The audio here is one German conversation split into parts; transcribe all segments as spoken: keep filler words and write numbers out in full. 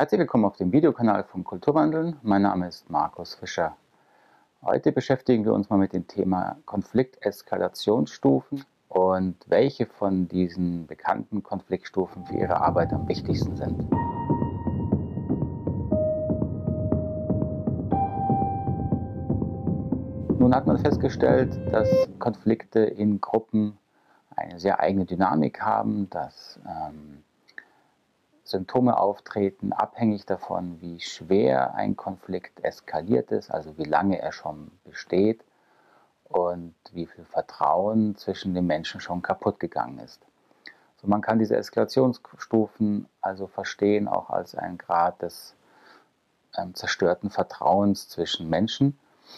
Herzlich willkommen auf dem Videokanal von Kulturwandeln. Mein Name ist Markus Fischer. Heute beschäftigen wir uns mal mit dem Thema Konflikteskalationsstufen und welche von diesen bekannten Konfliktstufen für Ihre Arbeit am wichtigsten sind. Nun hat man festgestellt, dass Konflikte in Gruppen eine sehr eigene Dynamik haben, dass ähm, Symptome auftreten, abhängig davon, wie schwer ein Konflikt eskaliert ist, also wie lange er schon besteht und wie viel Vertrauen zwischen den Menschen schon kaputt gegangen ist. So, man kann diese Eskalationsstufen also verstehen auch als einen Grad des ähm, zerstörten Vertrauens zwischen Menschen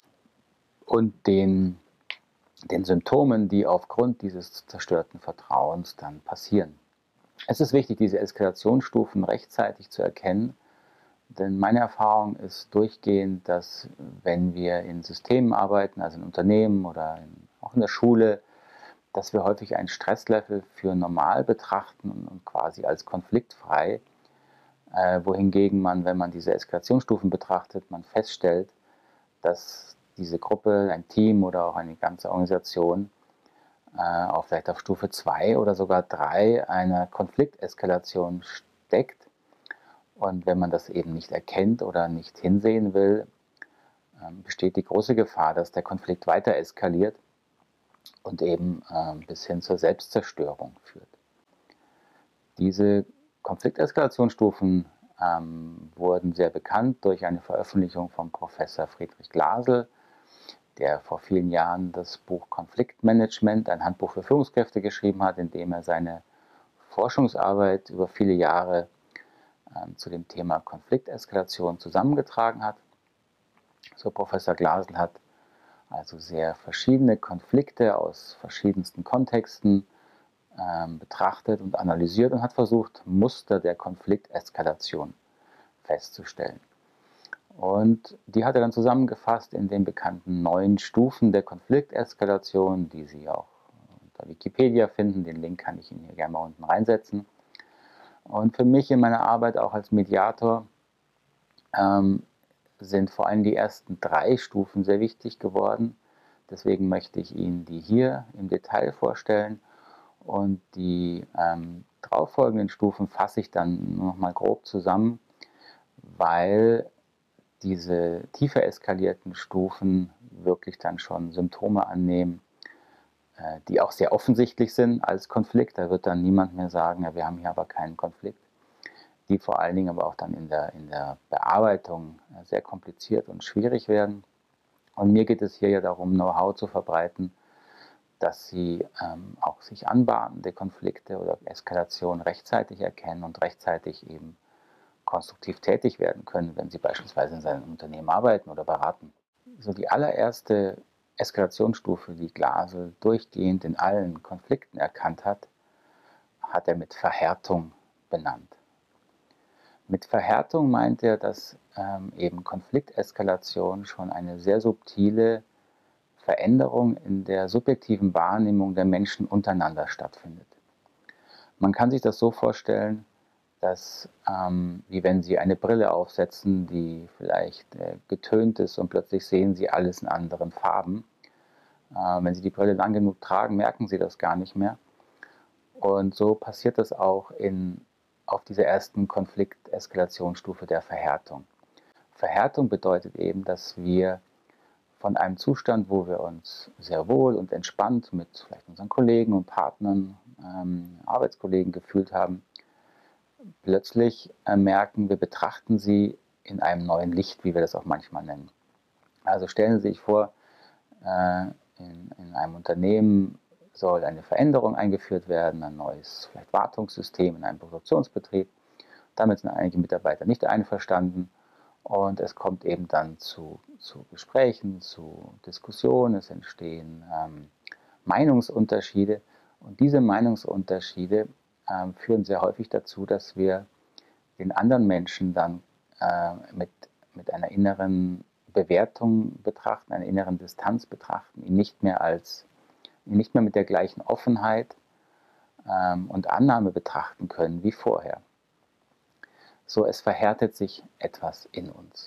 und den, den Symptomen, die aufgrund dieses zerstörten Vertrauens dann passieren. Es ist wichtig, diese Eskalationsstufen rechtzeitig zu erkennen, denn meine Erfahrung ist durchgehend, dass wenn wir in Systemen arbeiten, also in Unternehmen oder in, auch in der Schule, dass wir häufig ein Stresslevel für normal betrachten und quasi als konfliktfrei, äh, wohingegen man, wenn man diese Eskalationsstufen betrachtet, man feststellt, dass diese Gruppe, ein Team oder auch eine ganze Organisation auch vielleicht auf Stufe zwei oder sogar drei einer Konflikteskalation steckt. Und wenn man das eben nicht erkennt oder nicht hinsehen will, besteht die große Gefahr, dass der Konflikt weiter eskaliert und eben bis hin zur Selbstzerstörung führt. Diese Konflikteskalationsstufen ähm, wurden sehr bekannt durch eine Veröffentlichung von Professor Friedrich Glasl, der vor vielen Jahren das Buch Konfliktmanagement, ein Handbuch für Führungskräfte, geschrieben hat, in dem er seine Forschungsarbeit über viele Jahre ähm, zu dem Thema Konflikteskalation zusammengetragen hat. So, Professor Glasl hat also sehr verschiedene Konflikte aus verschiedensten Kontexten ähm, betrachtet und analysiert und hat versucht, Muster der Konflikteskalation festzustellen. Und die hat er dann zusammengefasst in den bekannten neun Stufen der Konflikteskalation, die Sie auch unter Wikipedia finden. Den Link kann ich Ihnen hier gerne mal unten reinsetzen. Und für mich in meiner Arbeit auch als Mediator ähm, sind vor allem die ersten drei Stufen sehr wichtig geworden. Deswegen möchte ich Ihnen die hier im Detail vorstellen. Und die ähm, darauffolgenden Stufen fasse ich dann noch mal grob zusammen, weil diese tiefer eskalierten Stufen wirklich dann schon Symptome annehmen, äh, die auch sehr offensichtlich sind als Konflikt. Da wird dann niemand mehr sagen, ja, wir haben hier aber keinen Konflikt. Die vor allen Dingen aber auch dann in der, in der Bearbeitung äh, sehr kompliziert und schwierig werden. Und mir geht es hier ja darum, Know-how zu verbreiten, dass Sie ähm, auch sich anbahnende Konflikte oder Eskalation rechtzeitig erkennen und rechtzeitig eben konstruktiv tätig werden können, wenn Sie beispielsweise in seinem Unternehmen arbeiten oder beraten. So, die allererste Eskalationsstufe, die Glasl durchgehend in allen Konflikten erkannt hat, hat er mit Verhärtung benannt. Mit Verhärtung meint er, dass ähm, eben Konflikteskalation schon eine sehr subtile Veränderung in der subjektiven Wahrnehmung der Menschen untereinander stattfindet. Man kann sich das so vorstellen, dass, ähm, wie wenn Sie eine Brille aufsetzen, die vielleicht äh, getönt ist und plötzlich sehen Sie alles in anderen Farben. Äh, wenn Sie die Brille lang genug tragen, merken Sie das gar nicht mehr. Und so passiert das auch in, auf dieser ersten Konflikteskalationsstufe der Verhärtung. Verhärtung bedeutet eben, dass wir von einem Zustand, wo wir uns sehr wohl und entspannt mit vielleicht unseren Kollegen und Partnern, ähm, Arbeitskollegen gefühlt haben, plötzlich äh, merken, wir betrachten sie in einem neuen Licht, wie wir das auch manchmal nennen. Also stellen Sie sich vor, äh, in, in einem Unternehmen soll eine Veränderung eingeführt werden, ein neues vielleicht Wartungssystem in einem Produktionsbetrieb. Damit sind einige Mitarbeiter nicht einverstanden und es kommt eben dann zu, zu Gesprächen, zu Diskussionen, es entstehen ähm, Meinungsunterschiede und diese Meinungsunterschiede ähm, führen sehr häufig dazu, dass wir den anderen Menschen dann äh, mit, mit einer inneren Bewertung betrachten, einer inneren Distanz betrachten, ihn nicht mehr als, ihn nicht mehr mit der gleichen Offenheit ähm, und Annahme betrachten können wie vorher. So, es verhärtet sich etwas in uns.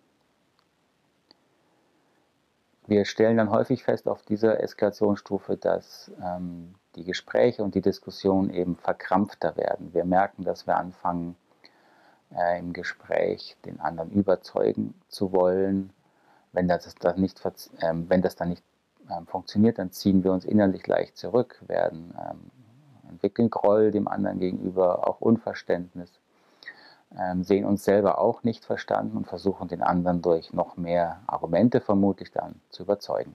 Wir stellen dann häufig fest auf dieser Eskalationsstufe, dass ähm, die Gespräche und die Diskussionen eben verkrampfter werden. Wir merken, dass wir anfangen, äh, im Gespräch den anderen überzeugen zu wollen. Wenn das, das, nicht, äh, wenn das dann nicht äh, funktioniert, dann ziehen wir uns innerlich leicht zurück, werden, ähm, entwickeln Groll dem anderen gegenüber, auch Unverständnis. Ähm, sehen uns selber auch nicht verstanden und versuchen den anderen durch noch mehr Argumente vermutlich dann zu überzeugen.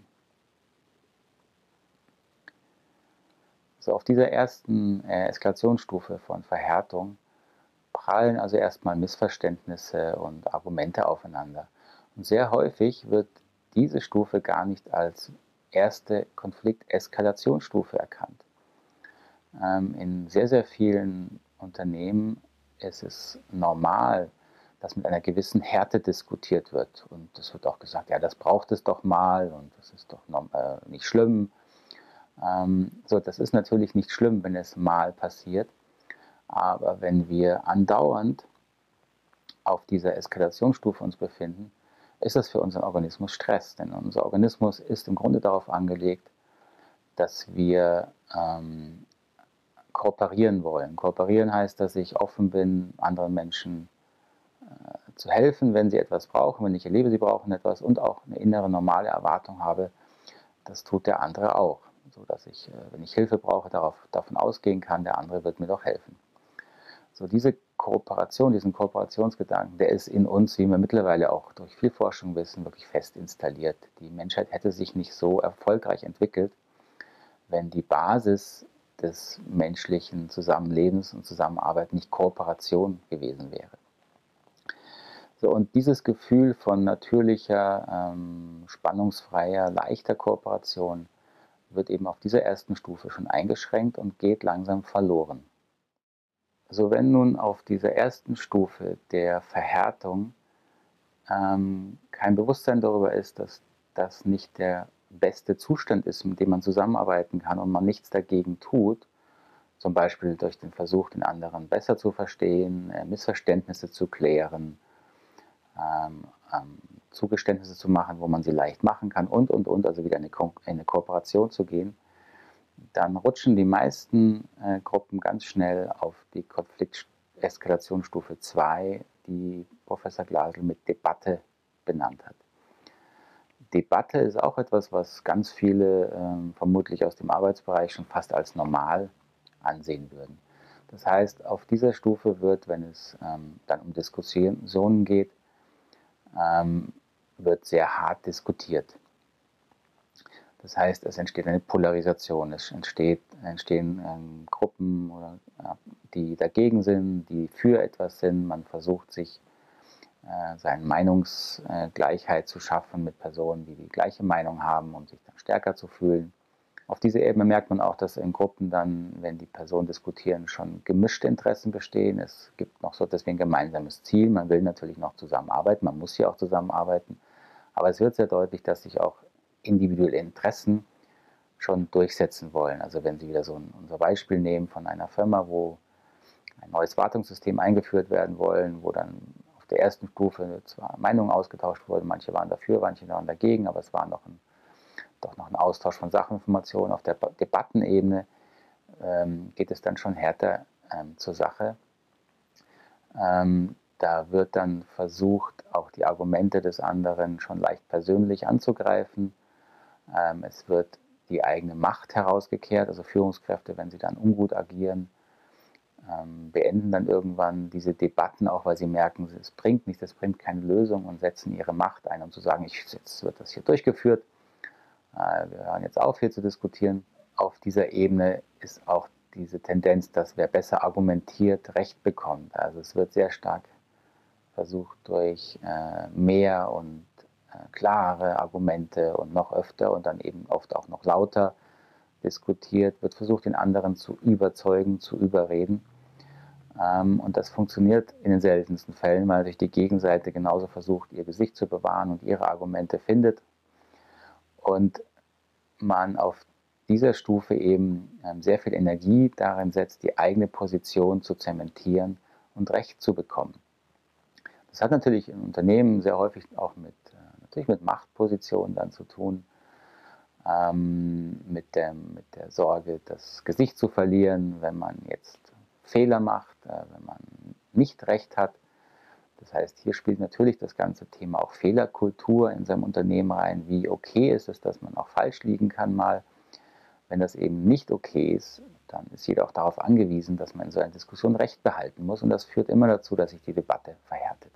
So, auf dieser ersten äh, Eskalationsstufe von Verhärtung prallen also erstmal Missverständnisse und Argumente aufeinander. Und sehr häufig wird diese Stufe gar nicht als erste Konflikteskalationsstufe erkannt. Ähm, in sehr, sehr vielen Unternehmen ist es normal, dass mit einer gewissen Härte diskutiert wird. Und es wird auch gesagt, ja, das braucht es doch mal und das ist doch noch, äh, nicht schlimm. Ähm, so, das ist natürlich nicht schlimm, wenn es mal passiert. Aber wenn wir andauernd auf dieser Eskalationsstufe uns befinden, ist das für unseren Organismus Stress. Denn unser Organismus ist im Grunde darauf angelegt, dass wir ähm, kooperieren wollen. Kooperieren heißt, dass ich offen bin, anderen Menschen äh, zu helfen, wenn sie etwas brauchen, wenn ich erlebe, sie brauchen etwas und auch eine innere normale Erwartung habe, das tut der andere auch. So dass ich, äh, wenn ich Hilfe brauche, darauf, davon ausgehen kann, der andere wird mir doch helfen. So diese Kooperation, diesen Kooperationsgedanken, der ist in uns, wie wir mittlerweile auch durch viel Forschung wissen, wirklich fest installiert. Die Menschheit hätte sich nicht so erfolgreich entwickelt, wenn die Basis des menschlichen Zusammenlebens und Zusammenarbeit nicht Kooperation gewesen wäre. So, und dieses Gefühl von natürlicher, ähm, spannungsfreier, leichter Kooperation wird eben auf dieser ersten Stufe schon eingeschränkt und geht langsam verloren. So, wenn nun auf dieser ersten Stufe der Verhärtung ähm, kein Bewusstsein darüber ist, dass das nicht der beste Zustand ist, mit dem man zusammenarbeiten kann und man nichts dagegen tut, zum Beispiel durch den Versuch, den anderen besser zu verstehen, äh, Missverständnisse zu klären, ähm, ähm, Zugeständnisse zu machen, wo man sie leicht machen kann und, und, und, also wieder in eine, Ko in eine Kooperation zu gehen, dann rutschen die meisten äh, Gruppen ganz schnell auf die Konflikteskalationsstufe zwei, die Professor Glasl mit Debatte benannt hat. Debatte ist auch etwas, was ganz viele ähm, vermutlich aus dem Arbeitsbereich schon fast als normal ansehen würden. Das heißt, auf dieser Stufe wird, wenn es ähm, dann um Diskussionen geht, ähm, wird sehr hart diskutiert. Das heißt, es entsteht eine Polarisation, es entsteht, entstehen ähm, Gruppen, oder, ja, die dagegen sind, die für etwas sind. Man versucht sich äh, seine Meinungsgleichheit zu schaffen mit Personen, die die gleiche Meinung haben, um sich dann stärker zu fühlen. Auf dieser Ebene merkt man auch, dass in Gruppen dann, wenn die Personen diskutieren, schon gemischte Interessen bestehen. Es gibt noch so deswegen ein gemeinsames Ziel. Man will natürlich noch zusammenarbeiten, man muss hier auch zusammenarbeiten. Aber es wird sehr deutlich, dass sich auch individuelle Interessen schon durchsetzen wollen. Also wenn Sie wieder so ein, unser Beispiel nehmen von einer Firma, wo ein neues Wartungssystem eingeführt werden wollen, wo dann auf der ersten Stufe zwar Meinungen ausgetauscht wurden, manche waren dafür, manche waren dagegen, aber es war noch ein, doch noch ein Austausch von Sachinformationen. Auf der Debattenebene ähm, geht es dann schon härter ähm, zur Sache. Ähm, da wird dann versucht, auch die Argumente des anderen schon leicht persönlich anzugreifen. Ähm, es wird die eigene Macht herausgekehrt, also Führungskräfte, wenn sie dann ungut agieren, ähm, beenden dann irgendwann diese Debatten, auch weil sie merken, es bringt nichts, es bringt keine Lösung und setzen ihre Macht ein, um zu sagen, ich, jetzt wird das hier durchgeführt, äh, wir hören jetzt auf, hier zu diskutieren. Auf dieser Ebene ist auch diese Tendenz, dass wer besser argumentiert, Recht bekommt. Also es wird sehr stark versucht, durch äh, mehr und äh, klare Argumente und noch öfter und dann eben oft auch noch lauter diskutiert, wird versucht, den anderen zu überzeugen, zu überreden. Ähm, und das funktioniert in den seltensten Fällen, weil sich die Gegenseite genauso versucht, ihr Gesicht zu bewahren und ihre Argumente findet. Und man auf dieser Stufe eben ähm, sehr viel Energie darin setzt, die eigene Position zu zementieren und Recht zu bekommen. Das hat natürlich in Unternehmen sehr häufig auch mit, äh, natürlich mit Machtpositionen dann zu tun, ähm, mit, dem, mit der Sorge, das Gesicht zu verlieren, wenn man jetzt Fehler macht, äh, wenn man nicht recht hat. Das heißt, hier spielt natürlich das ganze Thema auch Fehlerkultur in seinem Unternehmen rein. Wie okay ist es, dass man auch falsch liegen kann mal. Wenn das eben nicht okay ist, dann ist jeder auch darauf angewiesen, dass man in so einer Diskussion Recht behalten muss. Und das führt immer dazu, dass sich die Debatte verhärtet.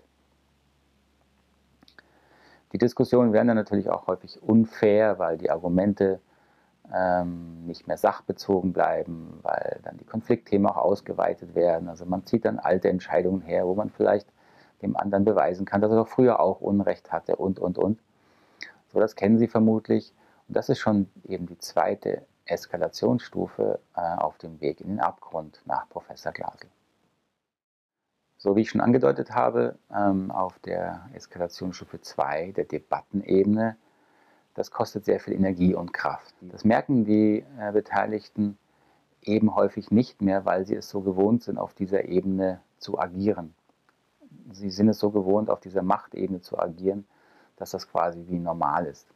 Die Diskussionen werden dann natürlich auch häufig unfair, weil die Argumente ähm, nicht mehr sachbezogen bleiben, weil dann die Konfliktthemen auch ausgeweitet werden. Also man zieht dann alte Entscheidungen her, wo man vielleicht dem anderen beweisen kann, dass er doch früher auch Unrecht hatte und, und, und. So, das kennen Sie vermutlich. Und das ist schon eben die zweite Eskalationsstufe äh, auf dem Weg in den Abgrund nach Professor Glasl. So wie ich schon angedeutet habe, ähm, auf der Eskalationsstufe zwei, der Debattenebene, das kostet sehr viel Energie und Kraft. Das merken die äh, Beteiligten eben häufig nicht mehr, weil sie es so gewohnt sind, auf dieser Ebene zu agieren. Sie sind es so gewohnt, auf dieser Machtebene zu agieren, dass das quasi wie normal ist.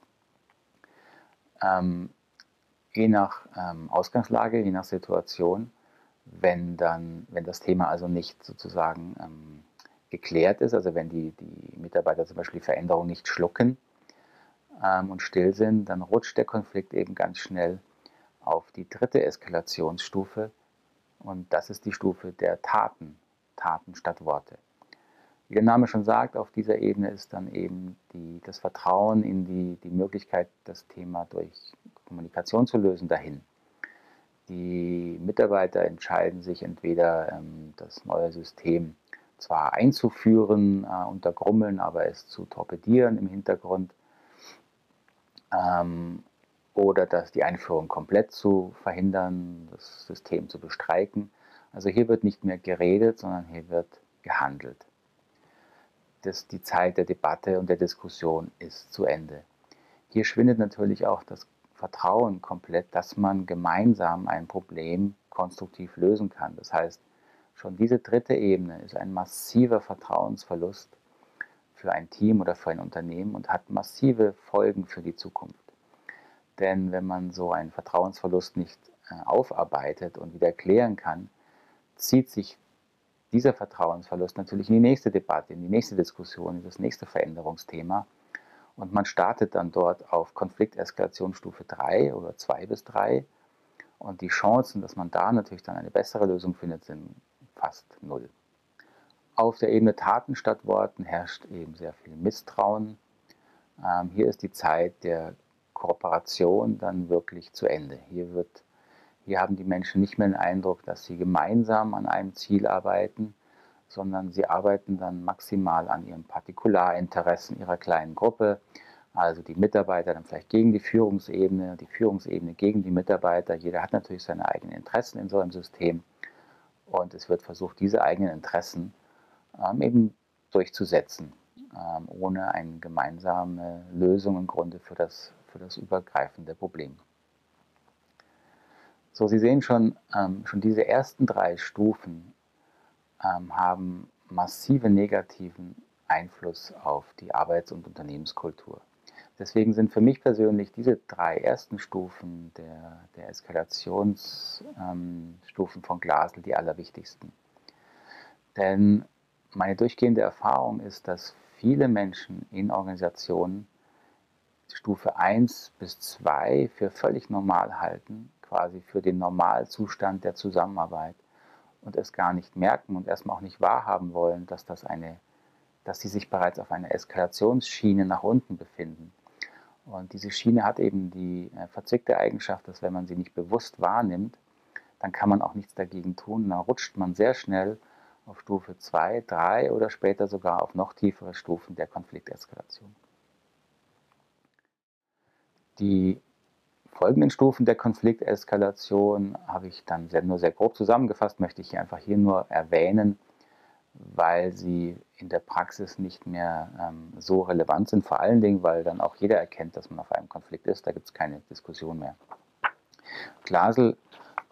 Ähm, je nach ähm, Ausgangslage, je nach Situation, wenn, dann, wenn das Thema also nicht sozusagen ähm, geklärt ist, also wenn die, die Mitarbeiter zum Beispiel die Veränderung nicht schlucken ähm, und still sind, dann rutscht der Konflikt eben ganz schnell auf die dritte Eskalationsstufe und das ist die Stufe der Taten, Taten statt Worte. Wie der Name schon sagt, auf dieser Ebene ist dann eben die, das Vertrauen in die, die Möglichkeit, das Thema durch Kommunikation zu lösen, dahin. Die Mitarbeiter entscheiden sich entweder, ähm, das neue System zwar einzuführen, äh, unter Grummeln, aber es zu torpedieren im Hintergrund, ähm, oder dass die Einführung komplett zu verhindern, das System zu bestreiken. Also hier wird nicht mehr geredet, sondern hier wird gehandelt. Das, die Zeit der Debatte und der Diskussion ist zu Ende. Hier schwindet natürlich auch das Vertrauen komplett, dass man gemeinsam ein Problem konstruktiv lösen kann. Das heißt, schon diese dritte Ebene ist ein massiver Vertrauensverlust für ein Team oder für ein Unternehmen und hat massive Folgen für die Zukunft. Denn wenn man so einen Vertrauensverlust nicht aufarbeitet und wieder klären kann, zieht sich dieser Vertrauensverlust natürlich in die nächste Debatte, in die nächste Diskussion, in das nächste Veränderungsthema. Und man startet dann dort auf Konflikteskalationsstufe drei oder zwei bis drei. Und die Chancen, dass man da natürlich dann eine bessere Lösung findet, sind fast null. Auf der Ebene Taten statt Worten herrscht eben sehr viel Misstrauen. Ähm, hier ist die Zeit der Kooperation dann wirklich zu Ende. Hier, wird, hier haben die Menschen nicht mehr den Eindruck, dass sie gemeinsam an einem Ziel arbeiten, sondern sie arbeiten dann maximal an ihren Partikularinteressen ihrer kleinen Gruppe. Also die Mitarbeiter dann vielleicht gegen die Führungsebene, die Führungsebene gegen die Mitarbeiter. Jeder hat natürlich seine eigenen Interessen in so einem System und es wird versucht, diese eigenen Interessen ähm, eben durchzusetzen, ähm, ohne eine gemeinsame Lösung im Grunde für das, für das übergreifende Problem. So, Sie sehen schon, ähm, schon diese ersten drei Stufen ähm, haben massive negativen Einfluss auf die Arbeits- und Unternehmenskultur. Deswegen sind für mich persönlich diese drei ersten Stufen der, der Eskalationsstufen ähm, von Glasl die allerwichtigsten. Denn meine durchgehende Erfahrung ist, dass viele Menschen in Organisationen Stufe eins bis zwei für völlig normal halten, quasi für den Normalzustand der Zusammenarbeit und es gar nicht merken und erstmal auch nicht wahrhaben wollen, dass, das eine, dass sie sich bereits auf einer Eskalationsschiene nach unten befinden. Und diese Schiene hat eben die äh, verzwickte Eigenschaft, dass wenn man sie nicht bewusst wahrnimmt, dann kann man auch nichts dagegen tun. Dann rutscht man sehr schnell auf Stufe zwei, drei oder später sogar auf noch tiefere Stufen der Konflikteskalation. Die folgenden Stufen der Konflikteskalation habe ich dann sehr, nur sehr grob zusammengefasst, möchte ich hier einfach hier nur erwähnen, weil sie in der Praxis nicht mehr ähm, so relevant sind, vor allen Dingen, weil dann auch jeder erkennt, dass man auf einem Konflikt ist, da gibt es keine Diskussion mehr. Glasl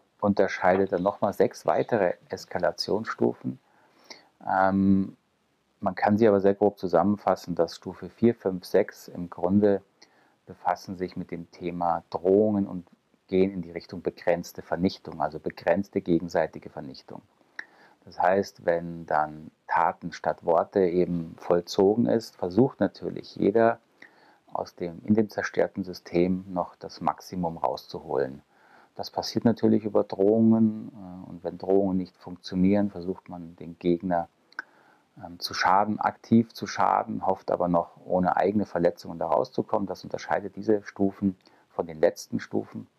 unterscheidet dann nochmal sechs weitere Eskalationsstufen, ähm, Man kann sie aber sehr grob zusammenfassen, dass Stufe vier, fünf, sechs im Grunde befassen sich mit dem Thema Drohungen und gehen in die Richtung begrenzte Vernichtung, also begrenzte gegenseitige Vernichtung. Das heißt, wenn dann Taten statt Worte eben vollzogen ist, versucht natürlich jeder aus dem, in dem zerstörten System noch das Maximum rauszuholen. Das passiert natürlich über Drohungen, und wenn Drohungen nicht funktionieren, versucht man den Gegner zu schaden, aktiv zu schaden, hofft aber noch ohne eigene Verletzungen da rauszukommen. Das unterscheidet diese Stufen von den letzten Stufen.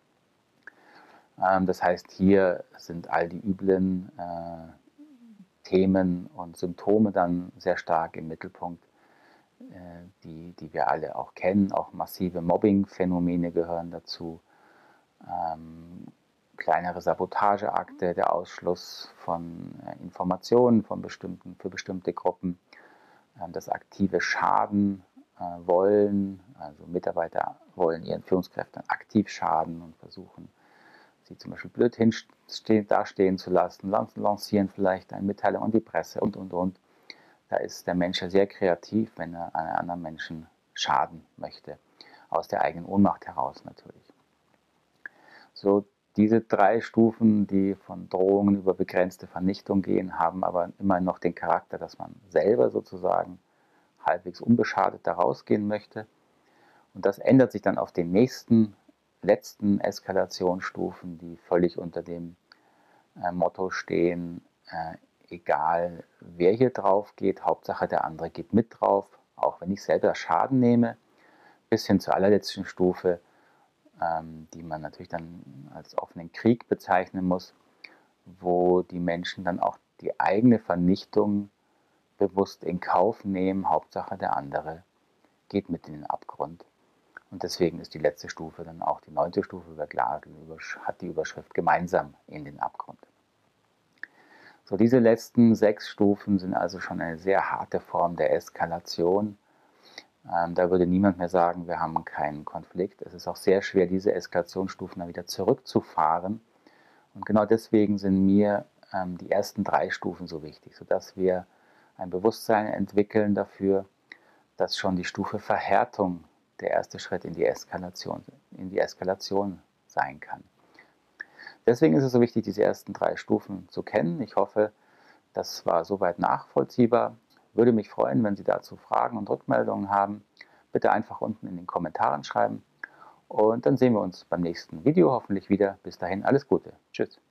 Das heißt, hier sind all die üblen äh, Themen und Symptome dann sehr stark im Mittelpunkt, äh, die, die wir alle auch kennen. Auch massive Mobbing-Phänomene gehören dazu. Ähm, kleinere Sabotageakte, der Ausschluss von äh, Informationen von bestimmten, für bestimmte Gruppen, äh, das aktive Schaden äh, wollen, also Mitarbeiter wollen ihren Führungskräften aktiv schaden und versuchen, sie zum Beispiel blöd hinstehen, dastehen zu lassen, lancieren vielleicht eine Mitteilung an die Presse und, und, und. Da ist der Mensch ja sehr kreativ, wenn er einem anderen Menschen schaden möchte, aus der eigenen Ohnmacht heraus natürlich. So, diese drei Stufen, die von Drohungen über begrenzte Vernichtung gehen, haben aber immer noch den Charakter, dass man selber sozusagen halbwegs unbeschadet da rausgehen möchte. Und das ändert sich dann auf den nächsten, letzten Eskalationsstufen, die völlig unter dem äh, Motto stehen, äh, egal wer hier drauf geht, Hauptsache der andere geht mit drauf, auch wenn ich selber Schaden nehme, bis hin zur allerletzten Stufe, ähm, die man natürlich dann als offenen Krieg bezeichnen muss, wo die Menschen dann auch die eigene Vernichtung bewusst in Kauf nehmen, Hauptsache der andere geht mit in den Abgrund. Und deswegen ist die letzte Stufe dann auch die neunte Stufe, hat die Überschrift gemeinsam in den Abgrund. So, diese letzten sechs Stufen sind also schon eine sehr harte Form der Eskalation. Ähm, da würde niemand mehr sagen, wir haben keinen Konflikt. Es ist auch sehr schwer, diese Eskalationsstufen dann wieder zurückzufahren. Und genau deswegen sind mir ähm, die ersten drei Stufen so wichtig, sodass wir ein Bewusstsein entwickeln dafür, dass schon die Stufe Verhärtung der erste Schritt in die Eskalation, in die Eskalation sein kann. Deswegen ist es so wichtig, diese ersten drei Stufen zu kennen. Ich hoffe, das war soweit nachvollziehbar. Würde mich freuen, wenn Sie dazu Fragen und Rückmeldungen haben. Bitte einfach unten in den Kommentaren schreiben. Und dann sehen wir uns beim nächsten Video hoffentlich wieder. Bis dahin alles Gute. Tschüss.